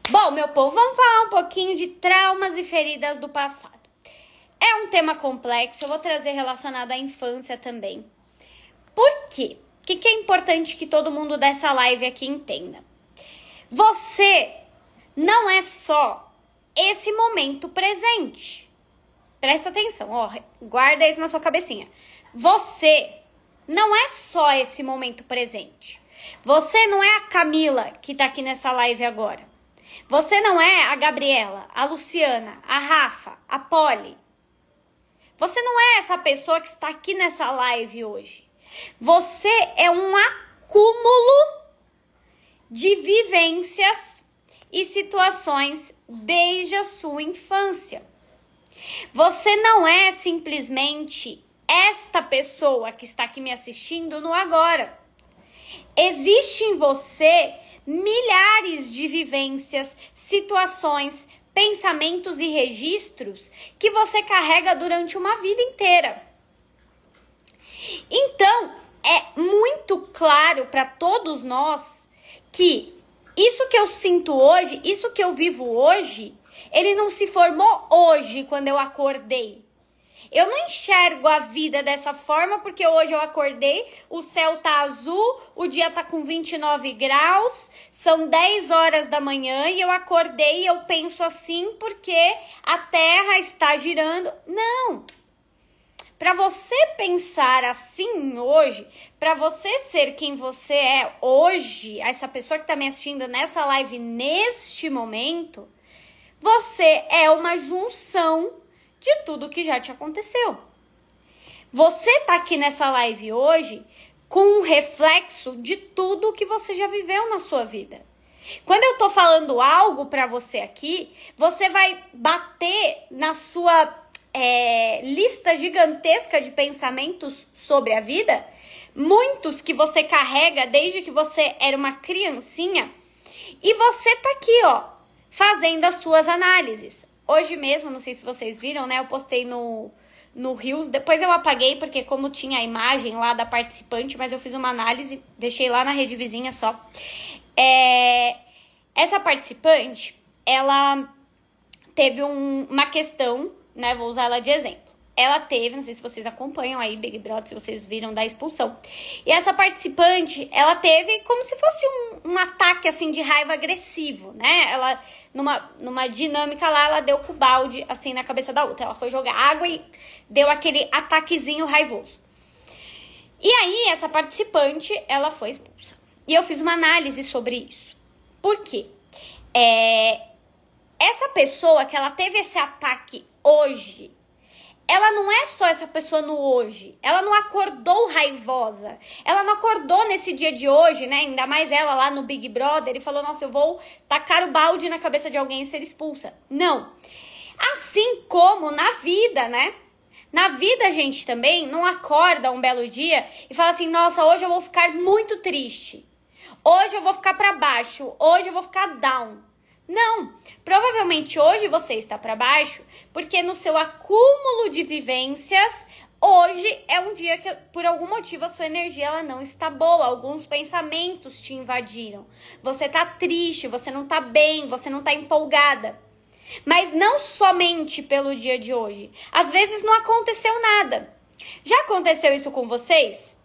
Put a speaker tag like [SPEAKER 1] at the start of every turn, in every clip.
[SPEAKER 1] Bom, meu povo, vamos falar um pouquinho de traumas e feridas do passado. É um tema complexo, eu vou trazer relacionado à infância também. Por quê? O que é importante que todo mundo dessa live aqui entenda? Você não é só esse momento presente. Presta atenção, ó, guarda isso na sua cabecinha. Você não é só esse momento presente. Você não é a Camila que tá aqui nessa live agora. Você não é a Gabriela, a Luciana, a Rafa, a Polly. Você não é essa pessoa que está aqui nessa live hoje. Você é um acúmulo de vivências e situações desde a sua infância. Você não é simplesmente esta pessoa que está aqui me assistindo no agora. Existe em você milhares de vivências, situações, pensamentos e registros que você carrega durante uma vida inteira. Então, é muito claro para todos nós que isso que eu sinto hoje, isso que eu vivo hoje, ele não se formou hoje quando eu acordei. Eu não enxergo a vida dessa forma porque hoje eu acordei, o céu tá azul, o dia tá com 29 graus, são 10 horas da manhã e eu acordei e eu penso assim porque a Terra está girando. Não! Para você pensar assim hoje, para você ser quem você é hoje, essa pessoa que está me assistindo nessa live neste momento, você é uma junção de tudo que já te aconteceu. Você tá aqui nessa live hoje com um reflexo de tudo que você já viveu na sua vida. Quando eu tô falando algo pra você aqui, você vai bater na sua lista gigantesca de pensamentos sobre a vida, muitos que você carrega desde que você era uma criancinha, e você tá aqui, ó, fazendo as suas análises. Hoje mesmo, não sei se vocês viram, né? Eu postei no Reels, depois eu apaguei, porque como tinha a imagem lá da participante, mas eu fiz uma análise, deixei lá na rede vizinha só. Essa participante, ela teve uma questão, né? Vou usar ela de exemplo. Ela teve, não sei se vocês acompanham aí Big Brother, se vocês viram da expulsão. E essa participante, ela teve como se fosse um ataque, assim, de raiva agressivo, né? Ela, numa dinâmica lá, ela deu com o balde, assim, na cabeça da outra. Ela foi jogar água e deu aquele ataquezinho raivoso. E aí, essa participante, ela foi expulsa. E eu fiz uma análise sobre isso. Por quê? Essa pessoa que ela teve esse ataque hoje, ela não é só essa pessoa no hoje. Ela não acordou raivosa. Ela não acordou nesse dia de hoje, né? Ainda mais ela lá no Big Brother e falou, nossa, eu vou tacar o balde na cabeça de alguém e ser expulsa. Não. Assim como na vida, né? Na vida a gente também não acorda um belo dia e fala assim, nossa, hoje eu vou ficar muito triste. Hoje eu vou ficar pra baixo. Hoje eu vou ficar down. Não, provavelmente hoje você está para baixo porque no seu acúmulo de vivências, hoje é um dia que por algum motivo a sua energia ela não está boa, alguns pensamentos te invadiram. Você tá triste, você não tá bem, você não tá empolgada. Mas não somente pelo dia de hoje. Às vezes não aconteceu nada. Já aconteceu isso com vocês?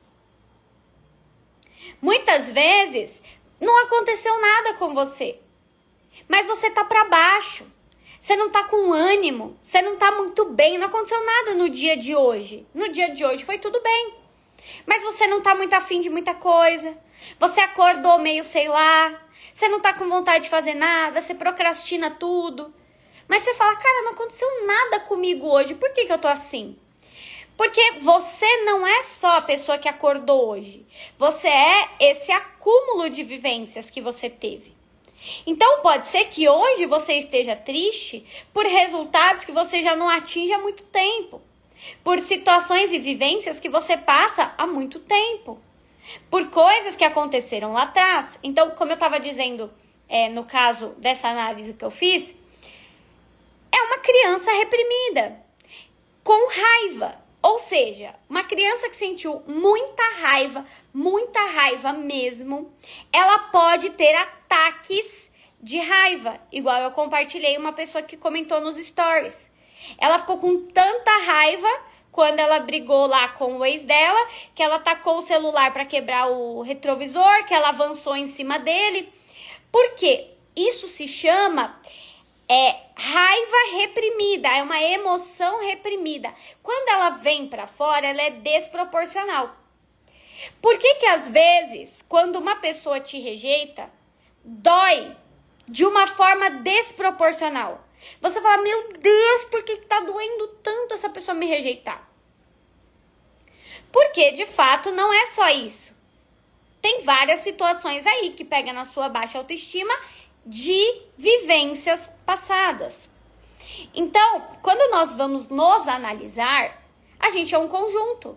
[SPEAKER 1] Muitas vezes não aconteceu nada com você. Mas você tá pra baixo, você não tá com ânimo, você não tá muito bem, não aconteceu nada no dia de hoje. No dia de hoje foi tudo bem, mas você não tá muito afim de muita coisa, você acordou meio sei lá, você não tá com vontade de fazer nada, você procrastina tudo. Mas você fala, cara, não aconteceu nada comigo hoje, por que eu tô assim? Porque você não é só a pessoa que acordou hoje, você é esse acúmulo de vivências que você teve. Então pode ser que hoje você esteja triste por resultados que você já não atinge há muito tempo, por situações e vivências que você passa há muito tempo, por coisas que aconteceram lá atrás. Então, como eu estava dizendo, no caso dessa análise que eu fiz, é uma criança reprimida, com raiva. Ou seja, uma criança que sentiu muita raiva mesmo, ela pode ter ataques de raiva, igual eu compartilhei uma pessoa que comentou nos stories. Ela ficou com tanta raiva quando ela brigou lá com o ex dela, que ela tacou o celular para quebrar o retrovisor, que ela avançou em cima dele. Por quê? Isso se chama raiva reprimida, é uma emoção reprimida. Quando ela vem para fora, ela é desproporcional. Por que às vezes, quando uma pessoa te rejeita, dói de uma forma desproporcional? Você fala, meu Deus, por que tá doendo tanto essa pessoa me rejeitar? Porque, de fato, não é só isso. Tem várias situações aí que pega na sua baixa autoestima de vivências passadas. Então, quando nós vamos nos analisar, a gente é um conjunto.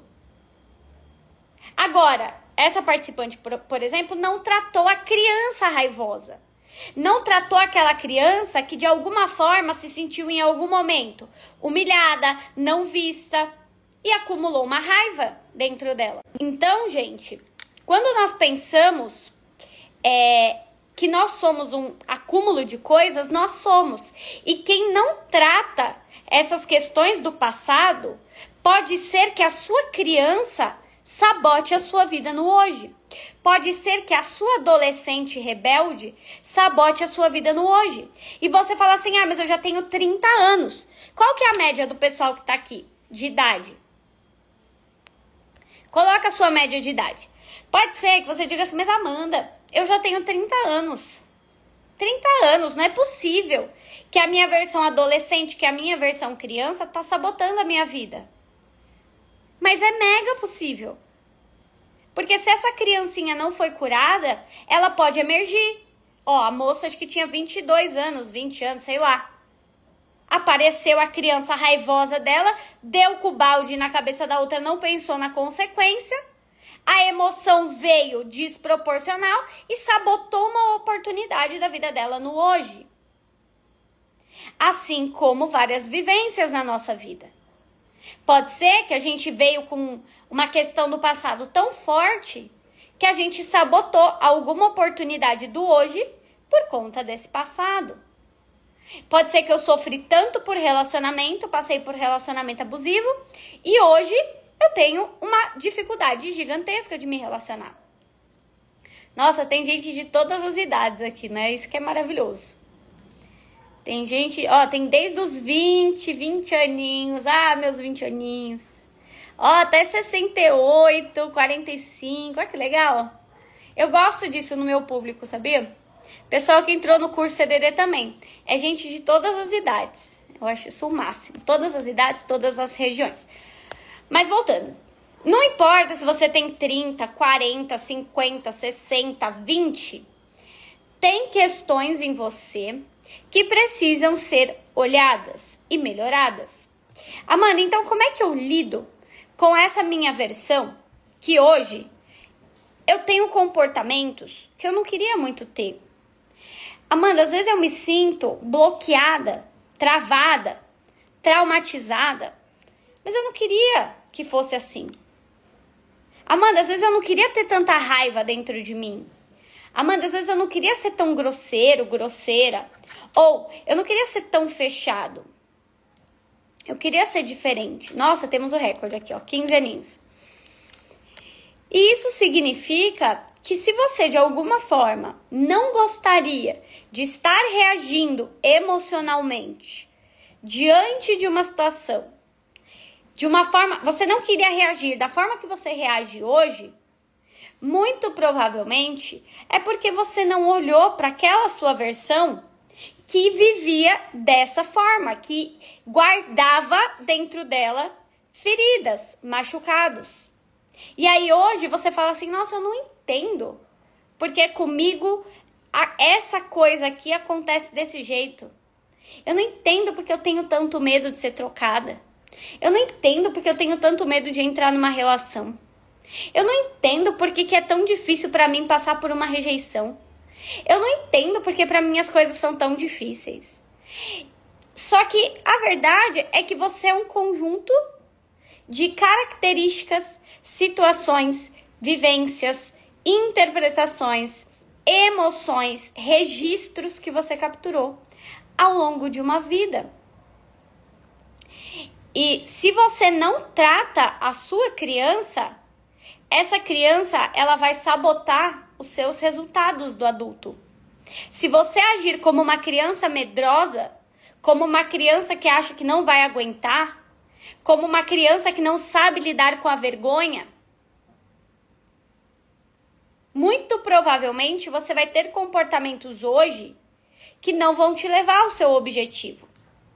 [SPEAKER 1] Agora, essa participante, por exemplo, não tratou a criança raivosa. Não tratou aquela criança que de alguma forma se sentiu em algum momento humilhada, não vista e acumulou uma raiva dentro dela. Então, gente, quando nós pensamos que nós somos um acúmulo de coisas, nós somos. E quem não trata essas questões do passado, pode ser que a sua criança sabote a sua vida no hoje. Pode ser que a sua adolescente rebelde sabote a sua vida no hoje. E você fala assim, mas eu já tenho 30 anos. Qual que é a média do pessoal que tá aqui, de idade? Coloca a sua média de idade. Pode ser que você diga assim, mas Amanda, eu já tenho 30 anos. 30 anos, não é possível que a minha versão adolescente, que a minha versão criança tá sabotando a minha vida. Mas é mega possível. Porque se essa criancinha não foi curada, ela pode emergir. A moça acho que tinha 22 anos, 20 anos, sei lá. Apareceu a criança raivosa dela, deu com o balde na cabeça da outra, não pensou na consequência. A emoção veio desproporcional e sabotou uma oportunidade da vida dela no hoje. Assim como várias vivências na nossa vida. Pode ser que a gente veio com uma questão do passado tão forte que a gente sabotou alguma oportunidade do hoje por conta desse passado. Pode ser que eu sofri tanto por relacionamento, passei por relacionamento abusivo e hoje eu tenho uma dificuldade gigantesca de me relacionar. Nossa, tem gente de todas as idades aqui, né? Isso que é maravilhoso. Tem gente, tem desde os 20 aninhos, meus 20 aninhos. Até 68, 45, olha que legal. Eu gosto disso no meu público, sabia? Pessoal que entrou no curso CDD também. É gente de todas as idades. Eu acho isso o máximo. Todas as idades, todas as regiões. Mas voltando. Não importa se você tem 30, 40, 50, 60, 20. Tem questões em você que precisam ser olhadas e melhoradas. Amanda, então como é que eu lido com essa minha versão que hoje eu tenho comportamentos que eu não queria muito ter? Amanda, às vezes eu me sinto bloqueada, travada, traumatizada, mas eu não queria que fosse assim. Amanda, às vezes eu não queria ter tanta raiva dentro de mim. Amanda, às vezes eu não queria ser tão grosseiro, grosseira. Ou eu não queria ser tão fechado. Eu queria ser diferente. Nossa, temos o recorde aqui, 15 aninhos. E isso significa que se você, de alguma forma, não gostaria de estar reagindo emocionalmente diante de uma situação, de uma forma, você não queria reagir da forma que você reage hoje, muito provavelmente é porque você não olhou para aquela sua versão que vivia dessa forma, que guardava dentro dela feridas, machucados. E aí hoje você fala assim, nossa, eu não entendo, porque comigo essa coisa aqui acontece desse jeito. Eu não entendo porque eu tenho tanto medo de ser trocada. Eu não entendo porque eu tenho tanto medo de entrar numa relação. Eu não entendo porque que é tão difícil para mim passar por uma rejeição. Eu não entendo porque para mim as coisas são tão difíceis. Só que a verdade é que você é um conjunto de características, situações, vivências, interpretações, emoções, registros que você capturou ao longo de uma vida. E se você não trata a sua criança, essa criança ela vai sabotar os seus resultados do adulto. Se você agir como uma criança medrosa, como uma criança que acha que não vai aguentar, como uma criança que não sabe lidar com a vergonha, muito provavelmente você vai ter comportamentos hoje que não vão te levar ao seu objetivo.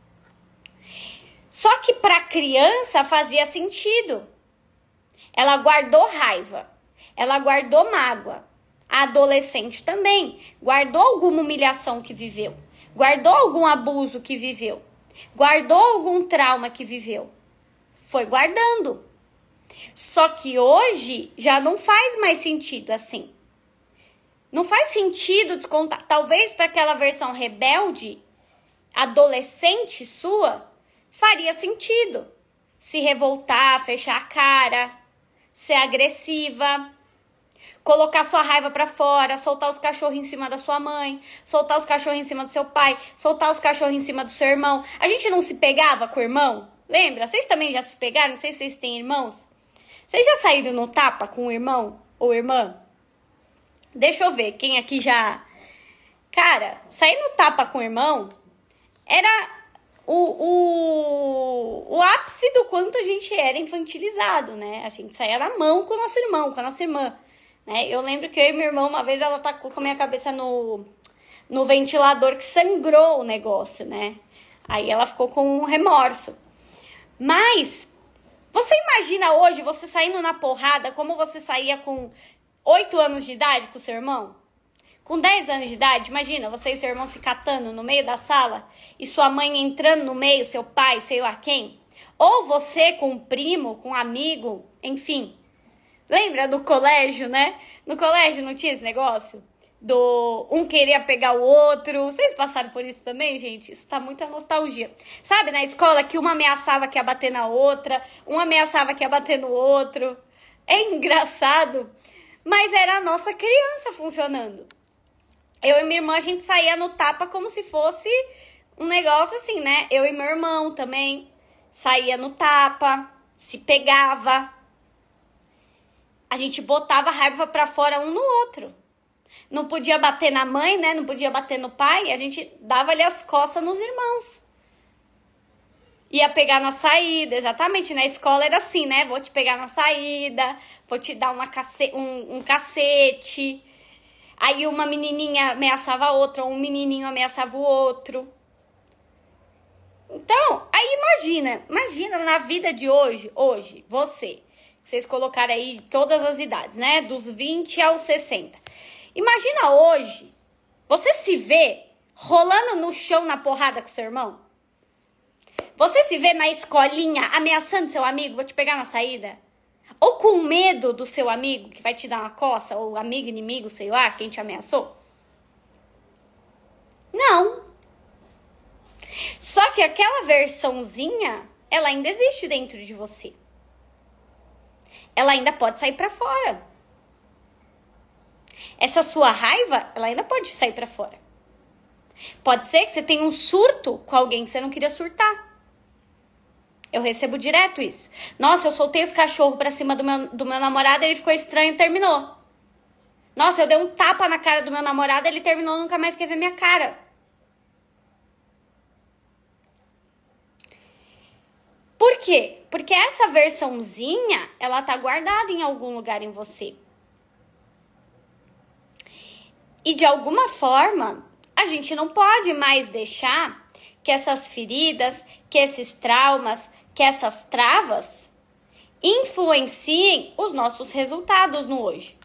[SPEAKER 1] Só que para a criança fazia sentido. Ela guardou raiva, ela guardou mágoa. A adolescente também guardou alguma humilhação que viveu, guardou algum abuso que viveu, guardou algum trauma que viveu. Foi guardando. Só que hoje já não faz mais sentido assim. Não faz sentido descontar. Talvez para aquela versão rebelde, adolescente sua, faria sentido. Se revoltar, fechar a cara, ser agressiva, colocar sua raiva pra fora, soltar os cachorros em cima da sua mãe, soltar os cachorros em cima do seu pai, soltar os cachorros em cima do seu irmão. A gente não se pegava com o irmão? Lembra? Vocês também já se pegaram? Não sei se vocês têm irmãos. Vocês já saíram no tapa com o irmão ou irmã? Deixa eu ver, quem aqui já... Cara, sair no tapa com o irmão era o ápice do quanto a gente era infantilizado, né? A gente saía na mão com o nosso irmão, com a nossa irmã. Né? Eu lembro que eu e minha irmã, uma vez, ela tacou com a minha cabeça no ventilador que sangrou o negócio, né? Aí ela ficou com um remorso. Mas, você imagina hoje você saindo na porrada como você saía com 8 anos de idade com seu irmão? Com 10 anos de idade, imagina você e seu irmão se catando no meio da sala e sua mãe entrando no meio, seu pai, sei lá quem. Ou você com um primo, com um amigo, enfim. Lembra do colégio, né? No colégio não tinha esse negócio? Do um queria pegar o outro. Vocês passaram por isso também, gente? Isso tá muita nostalgia. Sabe, na escola que uma ameaçava que ia bater na outra, um ameaçava que ia bater no outro. É engraçado, mas era a nossa criança funcionando. Eu e minha irmã, a gente saía no tapa como se fosse um negócio assim, né? Eu e meu irmão também saía no tapa, se pegava. A gente botava a raiva pra fora um no outro. Não podia bater na mãe, né? Não podia bater no pai. A gente dava ali as costas nos irmãos. Ia pegar na saída, exatamente. Na escola era assim, né? Vou te pegar na saída, vou te dar um cacete. Aí uma menininha ameaçava a outra, ou um menininho ameaçava o outro. Então, aí imagina na vida de hoje, vocês colocaram aí todas as idades, né? Dos 20 aos 60. Imagina hoje, você se vê rolando no chão na porrada com seu irmão? Você se vê na escolinha ameaçando seu amigo, vou te pegar na saída? Ou com medo do seu amigo que vai te dar uma coça, ou amigo, inimigo, sei lá, quem te ameaçou? Não. Só que aquela versãozinha, ela ainda existe dentro de você. Ela ainda pode sair pra fora. Essa sua raiva, ela ainda pode sair pra fora. Pode ser que você tenha um surto com alguém que você não queria surtar. Eu recebo direto isso. Nossa, eu soltei os cachorros pra cima do meu namorado, ele ficou estranho e terminou. Nossa, eu dei um tapa na cara do meu namorado, ele terminou, nunca mais quer ver minha cara. Por quê? Porque essa versãozinha, ela tá guardada em algum lugar em você. E de alguma forma, a gente não pode mais deixar que essas feridas, que esses traumas, que essas travas influenciem os nossos resultados no hoje.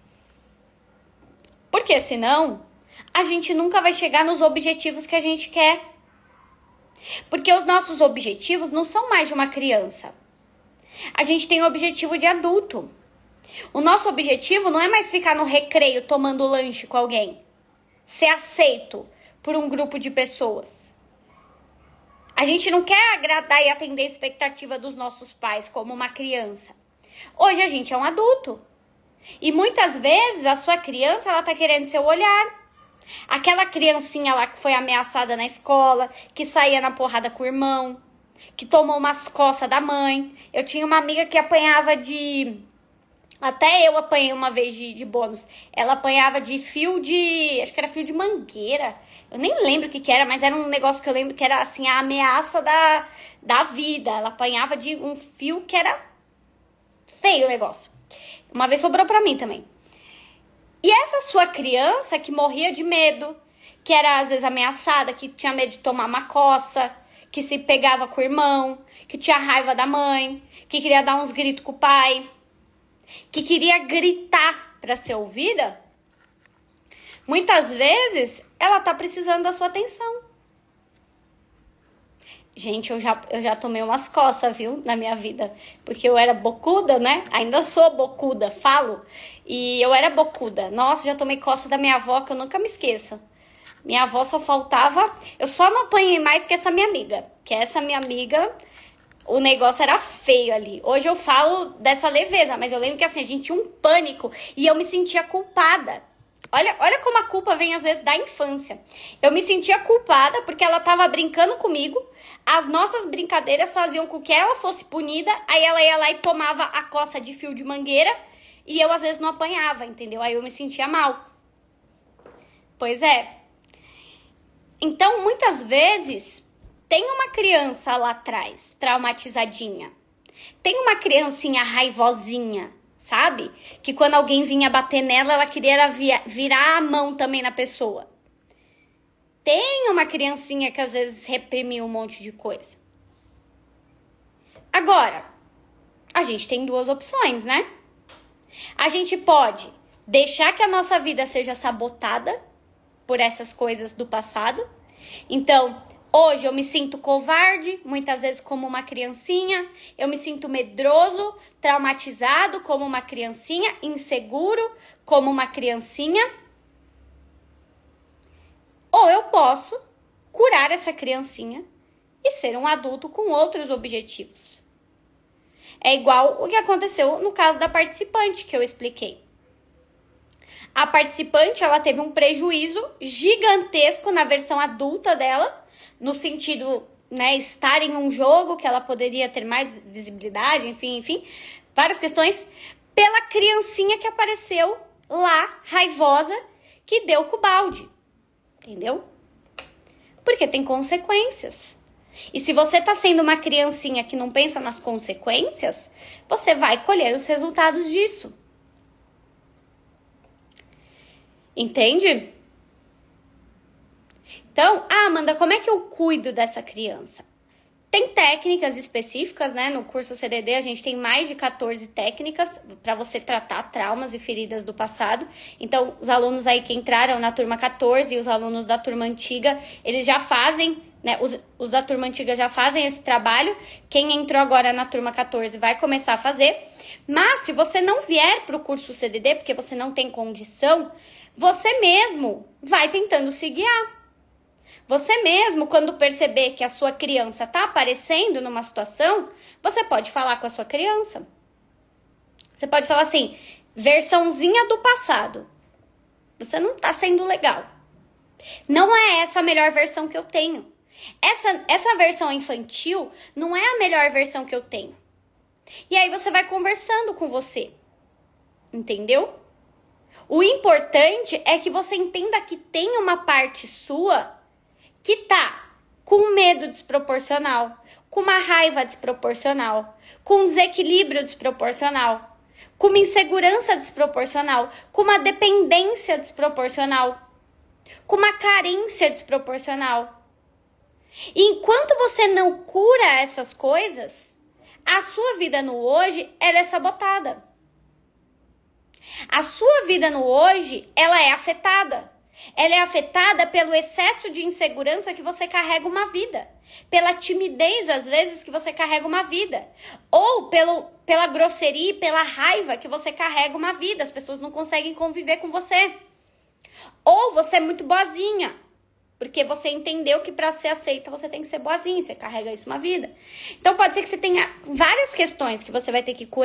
[SPEAKER 1] Porque senão, a gente nunca vai chegar nos objetivos que a gente quer. Porque os nossos objetivos não são mais de uma criança. A gente tem o objetivo de adulto. O nosso objetivo não é mais ficar no recreio tomando lanche com alguém. Ser aceito por um grupo de pessoas. A gente não quer agradar e atender a expectativa dos nossos pais como uma criança. Hoje a gente é um adulto. E muitas vezes a sua criança, ela tá querendo seu olhar. Aquela criancinha lá que foi ameaçada na escola, que saía na porrada com o irmão, que tomou umas coças da mãe. Eu tinha uma amiga que apanhava de... Até eu apanhei uma vez de bônus. Ela apanhava de fio de... Acho que era fio de mangueira. Eu nem lembro o que era, mas era um negócio que eu lembro que era assim, a ameaça da vida. Ela apanhava de um fio que era feio o negócio. Uma vez sobrou pra mim também. E essa sua criança que morria de medo, que era às vezes ameaçada, que tinha medo de tomar uma coça, que se pegava com o irmão, que tinha raiva da mãe, que queria dar uns gritos com o pai, que queria gritar pra ser ouvida, muitas vezes ela tá precisando da sua atenção. Gente, eu já tomei umas coças, viu, na minha vida. Porque eu era bocuda, né? Ainda sou bocuda, falo. E eu era bocuda. Nossa, já tomei coça da minha avó, que eu nunca me esqueço. Minha avó só faltava... Eu só não apanhei mais que essa minha amiga. Que essa minha amiga, o negócio era feio ali. Hoje eu falo dessa leveza, mas eu lembro que assim, a gente tinha um pânico e eu me sentia culpada. Olha como a culpa vem às vezes da infância. Eu me sentia culpada porque ela tava brincando comigo. As nossas brincadeiras faziam com que ela fosse punida. Aí ela ia lá e tomava a coça de fio de mangueira. E eu às vezes não apanhava, entendeu? Aí eu me sentia mal. Pois é. Então, muitas vezes, tem uma criança lá atrás, traumatizadinha. Tem uma criancinha raivosinha, sabe? Que quando alguém vinha bater nela, ela queria virar a mão também na pessoa. Tem uma criancinha que às vezes reprimiu um monte de coisa. Agora, a gente tem duas opções, né? A gente pode deixar que a nossa vida seja sabotada por essas coisas do passado. Então, hoje eu me sinto covarde, muitas vezes como uma criancinha. Eu me sinto medroso, traumatizado como uma criancinha, inseguro como uma criancinha. Ou eu posso curar essa criancinha e ser um adulto com outros objetivos. É igual o que aconteceu no caso da participante que eu expliquei. A participante, ela teve um prejuízo gigantesco na versão adulta dela, no sentido, né, estar em um jogo que ela poderia ter mais visibilidade, enfim, várias questões, pela criancinha que apareceu lá, raivosa, que deu com o balde. Entendeu? Porque tem consequências. E se você tá sendo uma criancinha que não pensa nas consequências, você vai colher os resultados disso. Entende? Então, Amanda, como é que eu cuido dessa criança? Tem técnicas específicas, né? No curso CDD a gente tem mais de 14 técnicas para você tratar traumas e feridas do passado. Então, os alunos aí que entraram na turma 14 e os alunos da turma antiga, eles já fazem, né? Os da turma antiga já fazem esse trabalho. Quem entrou agora na turma 14 vai começar a fazer. Mas, se você não vier para o curso CDD, porque você não tem condição, você mesmo vai tentando se guiar. Você mesmo, quando perceber que a sua criança está aparecendo numa situação, você pode falar com a sua criança. Você pode falar assim, versãozinha do passado. Você não está sendo legal. Não é essa a melhor versão que eu tenho. Essa versão infantil não é a melhor versão que eu tenho. E aí você vai conversando com você. Entendeu? O importante é que você entenda que tem uma parte sua que tá com medo desproporcional, com uma raiva desproporcional, com um desequilíbrio desproporcional, com uma insegurança desproporcional, com uma dependência desproporcional, com uma carência desproporcional. E enquanto você não cura essas coisas, a sua vida no hoje, ela é sabotada. A sua vida no hoje, ela é afetada. Ela é afetada pelo excesso de insegurança que você carrega uma vida. Pela timidez, às vezes, que você carrega uma vida. Ou pela grosseria e pela raiva que você carrega uma vida. As pessoas não conseguem conviver com você. Ou você é muito boazinha. Porque você entendeu que para ser aceita você tem que ser boazinha. Você carrega isso uma vida. Então pode ser que você tenha várias questões que você vai ter que curar.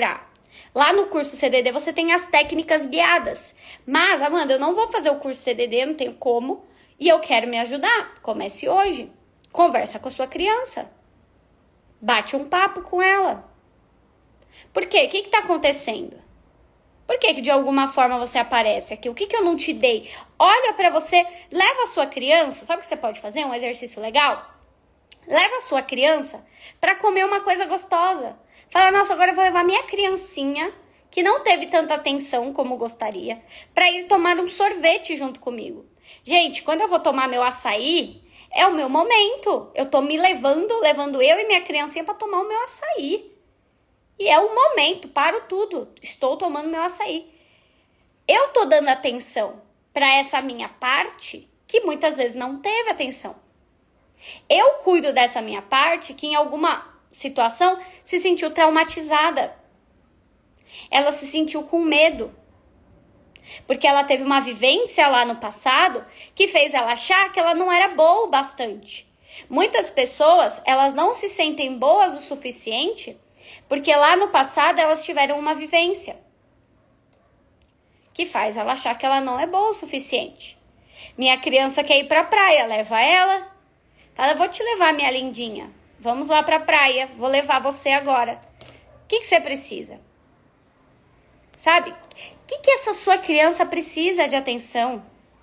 [SPEAKER 1] Lá no curso CDD você tem as técnicas guiadas. Mas, Amanda, eu não vou fazer o curso CDD, eu não tenho como. E eu quero me ajudar. Comece hoje. Conversa com a sua criança. Bate um papo com ela. Por quê? O que está acontecendo? Por que de alguma forma você aparece aqui? O que eu não te dei? Olha para você, leva a sua criança. Sabe o que você pode fazer? Um exercício legal? Leva a sua criança para comer uma coisa gostosa. Fala, nossa, agora eu vou levar minha criancinha, que não teve tanta atenção como gostaria, para ir tomar um sorvete junto comigo. Gente, quando eu vou tomar meu açaí, é o meu momento. Eu tô me levando eu e minha criancinha para tomar o meu açaí. E é um momento, paro tudo. Estou tomando meu açaí. Eu tô dando atenção para essa minha parte que muitas vezes não teve atenção. Eu cuido dessa minha parte que em alguma situação se sentiu traumatizada. Ela se sentiu com medo. Porque ela teve uma vivência lá no passado que fez ela achar que ela não era boa o bastante. Muitas pessoas, elas não se sentem boas o suficiente porque lá no passado elas tiveram uma vivência que faz ela achar que ela não é boa o suficiente. Minha criança quer ir pra praia, leva ela. Fala, vou te levar, minha lindinha. Vamos lá pra praia, vou levar você agora. O que você precisa? Sabe? O que essa sua criança precisa de atenção?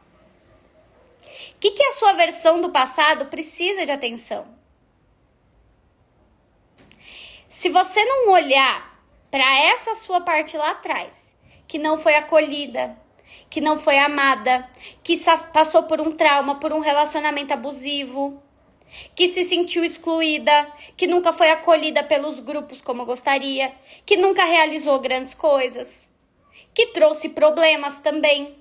[SPEAKER 1] O que a sua versão do passado precisa de atenção? Se você não olhar para essa sua parte lá atrás, que não foi acolhida, que não foi amada, que passou por um trauma, por um relacionamento abusivo, que se sentiu excluída, que nunca foi acolhida pelos grupos como gostaria, que nunca realizou grandes coisas, que trouxe problemas também.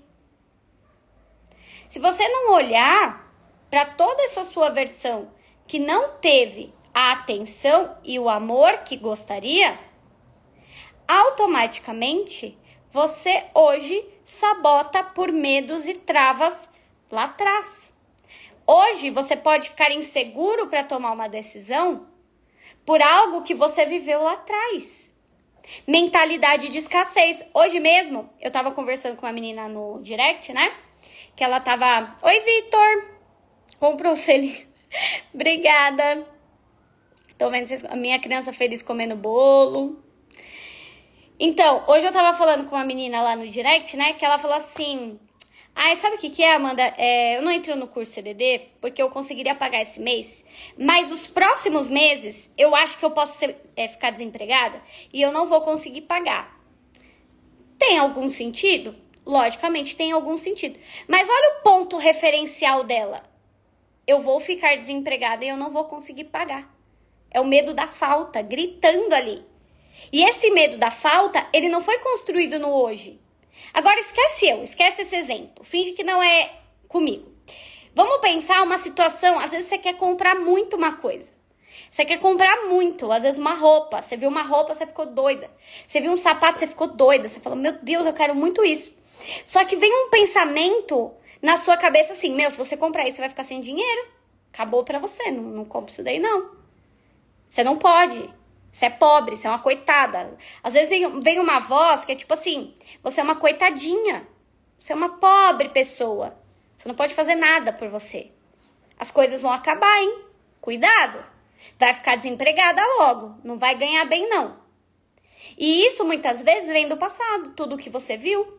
[SPEAKER 1] Se você não olhar para toda essa sua versão que não teve a atenção e o amor que gostaria, automaticamente você hoje sabota por medos e travas lá atrás. Hoje você pode ficar inseguro para tomar uma decisão por algo que você viveu lá atrás. Mentalidade de escassez. Hoje mesmo, eu tava conversando com uma menina no direct, né? Que ela tava... Oi, Vitor! Comprou o selinho. Obrigada. Tô vendo a minha criança feliz comendo bolo. Então, hoje eu tava falando com uma menina lá no direct, né? Que ela falou assim... Ah, sabe o que é, Amanda? Eu não entro no curso CDD porque eu conseguiria pagar esse mês, mas os próximos meses eu acho que eu posso ficar desempregada e eu não vou conseguir pagar. Tem algum sentido? Logicamente tem algum sentido. Mas olha o ponto referencial dela. Eu vou ficar desempregada e eu não vou conseguir pagar. É o medo da falta, gritando ali. E esse medo da falta, ele não foi construído no hoje. Agora esquece esse exemplo. Finge que não é comigo. Vamos pensar uma situação, às vezes você quer comprar muito uma coisa. Você quer comprar muito, às vezes uma roupa. Você viu uma roupa, você ficou doida. Você viu um sapato, você ficou doida. Você falou, meu Deus, eu quero muito isso. Só que vem um pensamento na sua cabeça assim, se você comprar isso, você vai ficar sem dinheiro. Acabou pra você, não compra isso daí não. Você não pode. Você é pobre, você é uma coitada. Às vezes vem uma voz que é tipo assim, você é uma coitadinha. Você é uma pobre pessoa. Você não pode fazer nada por você. As coisas vão acabar, hein? Cuidado. Vai ficar desempregada logo. Não vai ganhar bem, não. E isso muitas vezes vem do passado. Tudo que você viu.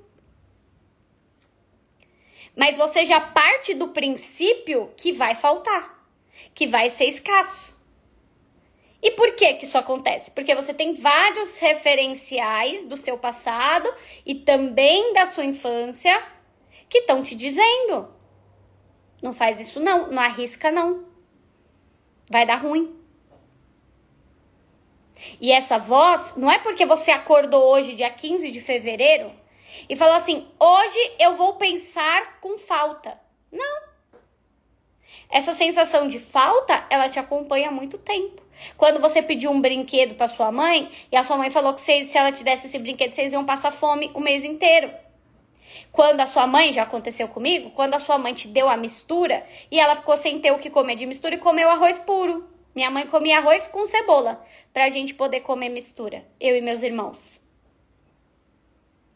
[SPEAKER 1] Mas você já parte do princípio que vai faltar. Que vai ser escasso. E por que isso acontece? Porque você tem vários referenciais do seu passado e também da sua infância que estão te dizendo. Não faz isso não, não arrisca não. Vai dar ruim. E essa voz, não é porque você acordou hoje, dia 15 de fevereiro, e falou assim, hoje eu vou pensar com falta. Não. Essa sensação de falta, ela te acompanha há muito tempo. Quando você pediu um brinquedo para sua mãe, e a sua mãe falou que se ela te desse esse brinquedo, vocês iam passar fome o mês inteiro. Quando a sua mãe, já aconteceu comigo, quando a sua mãe te deu a mistura, e ela ficou sem ter o que comer de mistura e comeu arroz puro. Minha mãe comia arroz com cebola, pra gente poder comer mistura, eu e meus irmãos.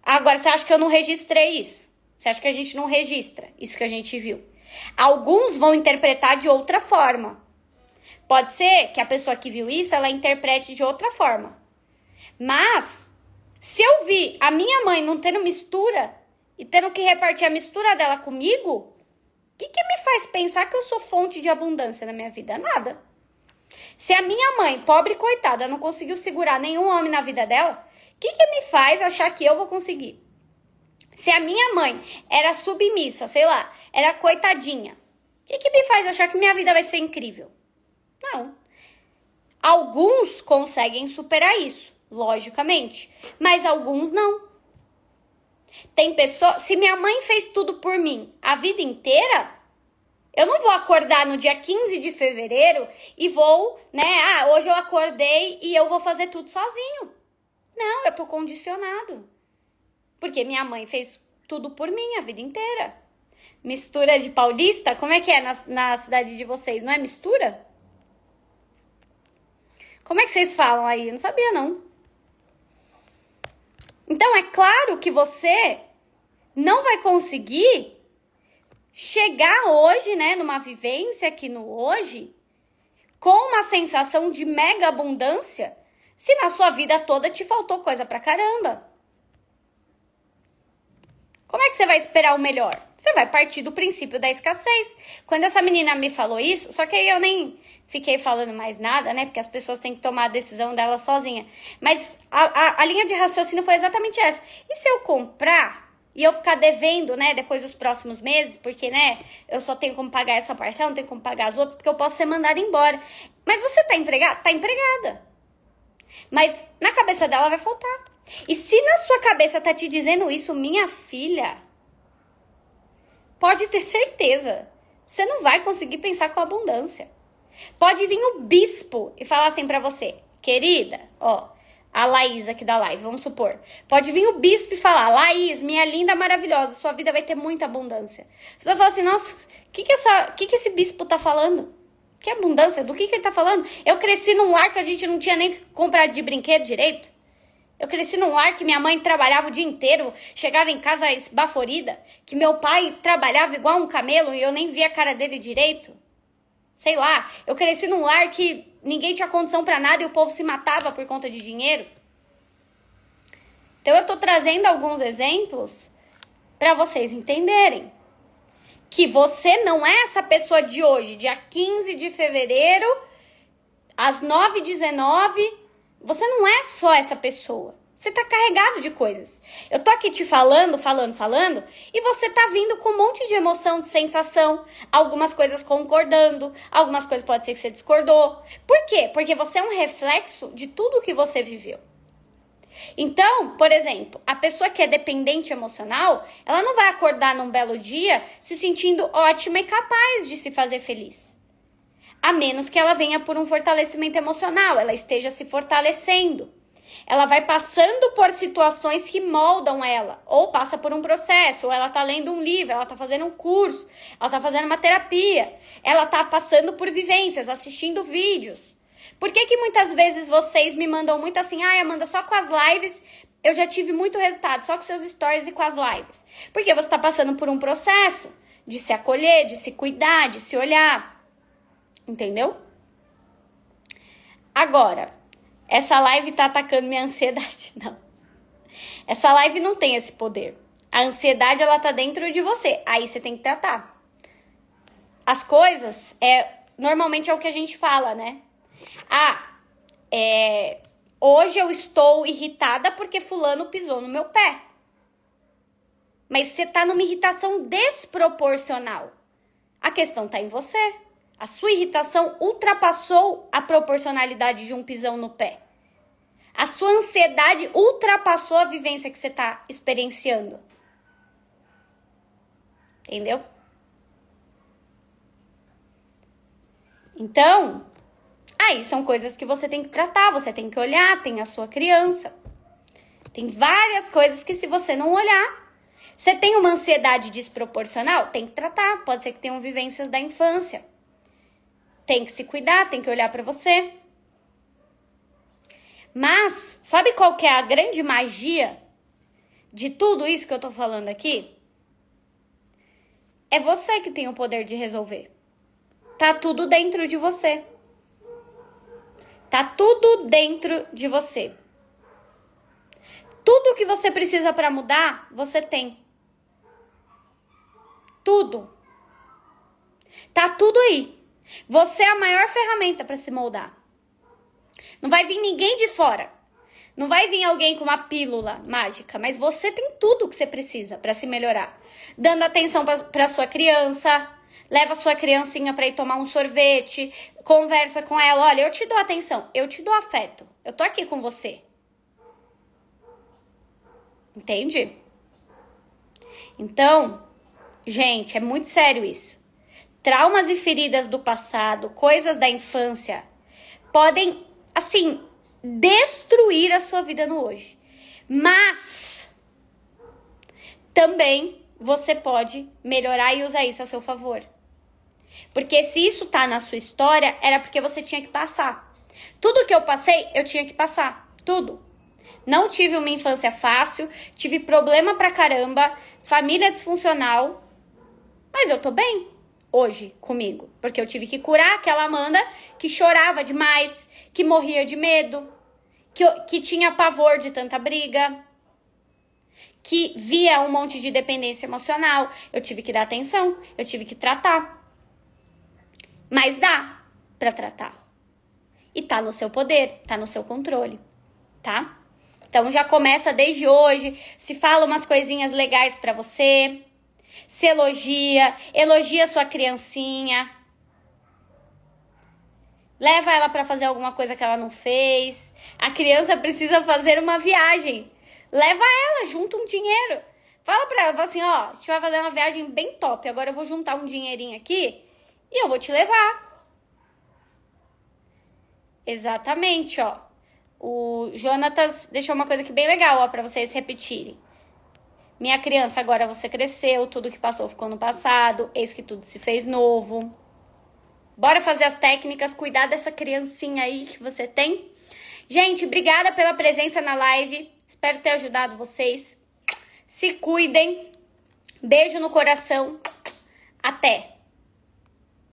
[SPEAKER 1] Agora, você acha que eu não registrei isso? Você acha que a gente não registra isso que a gente viu? Alguns vão interpretar de outra forma. Pode ser que a pessoa que viu isso, ela interprete de outra forma. Mas, se eu vi a minha mãe não tendo mistura e tendo que repartir a mistura dela comigo, o que me faz pensar que eu sou fonte de abundância na minha vida? Nada. Se a minha mãe, pobre coitada, não conseguiu segurar nenhum homem na vida dela, o que me faz achar que eu vou conseguir? Se a minha mãe era submissa, sei lá, era coitadinha, o que me faz achar que minha vida vai ser incrível? Não. Alguns conseguem superar isso, logicamente, mas alguns não. Tem pessoas, se minha mãe fez tudo por mim a vida inteira, eu não vou acordar no dia 15 de fevereiro e vou, hoje eu acordei e eu vou fazer tudo sozinho. Não, eu tô condicionado. Porque minha mãe fez tudo por mim a vida inteira. Mistura de paulista? Como é que é na cidade de vocês? Não é mistura? Como é que vocês falam aí? Eu não sabia, não. Então, é claro que você não vai conseguir chegar hoje, numa vivência aqui no hoje, com uma sensação de mega abundância, se na sua vida toda te faltou coisa pra caramba. Como é que você vai esperar o melhor? Você vai partir do princípio da escassez. Quando essa menina me falou isso, só que aí eu nem fiquei falando mais nada, porque as pessoas têm que tomar a decisão dela sozinha. Mas a linha de raciocínio foi exatamente essa. E se eu comprar e eu ficar devendo, depois dos próximos meses, porque, eu só tenho como pagar essa parcela, não tenho como pagar as outras, porque eu posso ser mandada embora. Mas você tá empregada? Tá empregada. Mas na cabeça dela vai faltar. E se na sua cabeça tá te dizendo isso, minha filha, pode ter certeza, você não vai conseguir pensar com abundância. Pode vir o bispo e falar assim pra você, querida, a Laís aqui da live, vamos supor. Pode vir o bispo e falar, Laís, minha linda, maravilhosa, sua vida vai ter muita abundância. Você vai falar assim, nossa, o que esse bispo tá falando? Que abundância? Do que ele tá falando? Eu cresci num lar que a gente não tinha nem comprado de brinquedo direito. Eu cresci num lar que minha mãe trabalhava o dia inteiro, chegava em casa esbaforida, que meu pai trabalhava igual um camelo e eu nem via a cara dele direito. Sei lá, eu cresci num lar que ninguém tinha condição pra nada e o povo se matava por conta de dinheiro. Então eu tô trazendo alguns exemplos pra vocês entenderem que você não é essa pessoa de hoje, dia 15 de fevereiro, às 9h19, você não é só essa pessoa. Você tá carregado de coisas. Eu tô aqui te falando, e você tá vindo com um monte de emoção, de sensação, algumas coisas concordando, algumas coisas pode ser que você discordou. Por quê? Porque você é um reflexo de tudo que você viveu. Então, por exemplo, a pessoa que é dependente emocional, ela não vai acordar num belo dia se sentindo ótima e capaz de se fazer feliz. A menos que ela venha por um fortalecimento emocional, ela esteja se fortalecendo. Ela vai passando por situações que moldam ela, ou passa por um processo, ou ela tá lendo um livro, ela tá fazendo um curso, ela tá fazendo uma terapia, ela tá passando por vivências, assistindo vídeos. Por que muitas vezes vocês me mandam muito assim, Amanda, só com as lives eu já tive muito resultado, só com seus stories e com as lives? Porque você tá passando por um processo de se acolher, de se cuidar, de se olhar. Entendeu? Agora, essa live tá atacando minha ansiedade. Não. Essa live não tem esse poder. A ansiedade, ela tá dentro de você. Aí você tem que tratar. As coisas, normalmente é o que a gente fala, hoje eu estou irritada porque fulano pisou no meu pé. Mas você tá numa irritação desproporcional. A questão tá em você. A sua irritação ultrapassou a proporcionalidade de um pisão no pé. A sua ansiedade ultrapassou a vivência que você está experienciando. Entendeu? Então, aí são coisas que você tem que tratar, você tem que olhar, tem a sua criança. Tem várias coisas que se você não olhar, você tem uma ansiedade desproporcional, tem que tratar. Pode ser que tenham vivências da infância. Tem que se cuidar, tem que olhar pra você. Mas, sabe qual que é a grande magia de tudo isso que eu tô falando aqui, é você que tem o poder de resolver. Tá tudo dentro de você. Tá tudo dentro de você. Tudo que você precisa para mudar, você tem. Tudo. Tá tudo aí. Você é a maior ferramenta para se moldar. Não vai vir ninguém de fora. Não vai vir alguém com uma pílula mágica, mas você tem tudo que você precisa para se melhorar. Dando atenção para sua criança, leva sua criancinha para ir tomar um sorvete, conversa com ela, olha, eu te dou atenção, eu te dou afeto, eu tô aqui com você. Entende? Então, gente, é muito sério isso. Traumas e feridas do passado, coisas da infância, podem, assim, destruir a sua vida no hoje. Mas também você pode melhorar e usar isso a seu favor. Porque se isso tá na sua história, era porque você tinha que passar. Tudo que eu passei, eu tinha que passar. Tudo. Não tive uma infância fácil, tive problema pra caramba, família disfuncional, mas eu tô bem hoje comigo, porque eu tive que curar aquela Amanda que chorava demais, que morria de medo, que tinha pavor de tanta briga, que via um monte de dependência emocional. Eu tive que dar atenção, eu tive que tratar. Mas dá pra tratar. E tá no seu poder, tá no seu controle, tá? Então já começa desde hoje, se fala umas coisinhas legais pra você, se elogia sua criancinha, leva ela pra fazer alguma coisa que ela não fez. A criança precisa fazer uma viagem, leva ela, junta um dinheiro. Fala pra ela, fala assim, ó, a gente vai fazer uma viagem bem top, agora eu vou juntar um dinheirinho aqui e eu vou te levar. Exatamente, ó. O Jonatas deixou uma coisa aqui bem legal, ó, pra vocês repetirem. Minha criança, agora você cresceu, tudo que passou ficou no passado, eis que tudo se fez novo. Bora fazer as técnicas, cuidar dessa criancinha aí que você tem. Gente, obrigada pela presença na live, espero ter ajudado vocês. Se cuidem, beijo no coração, até!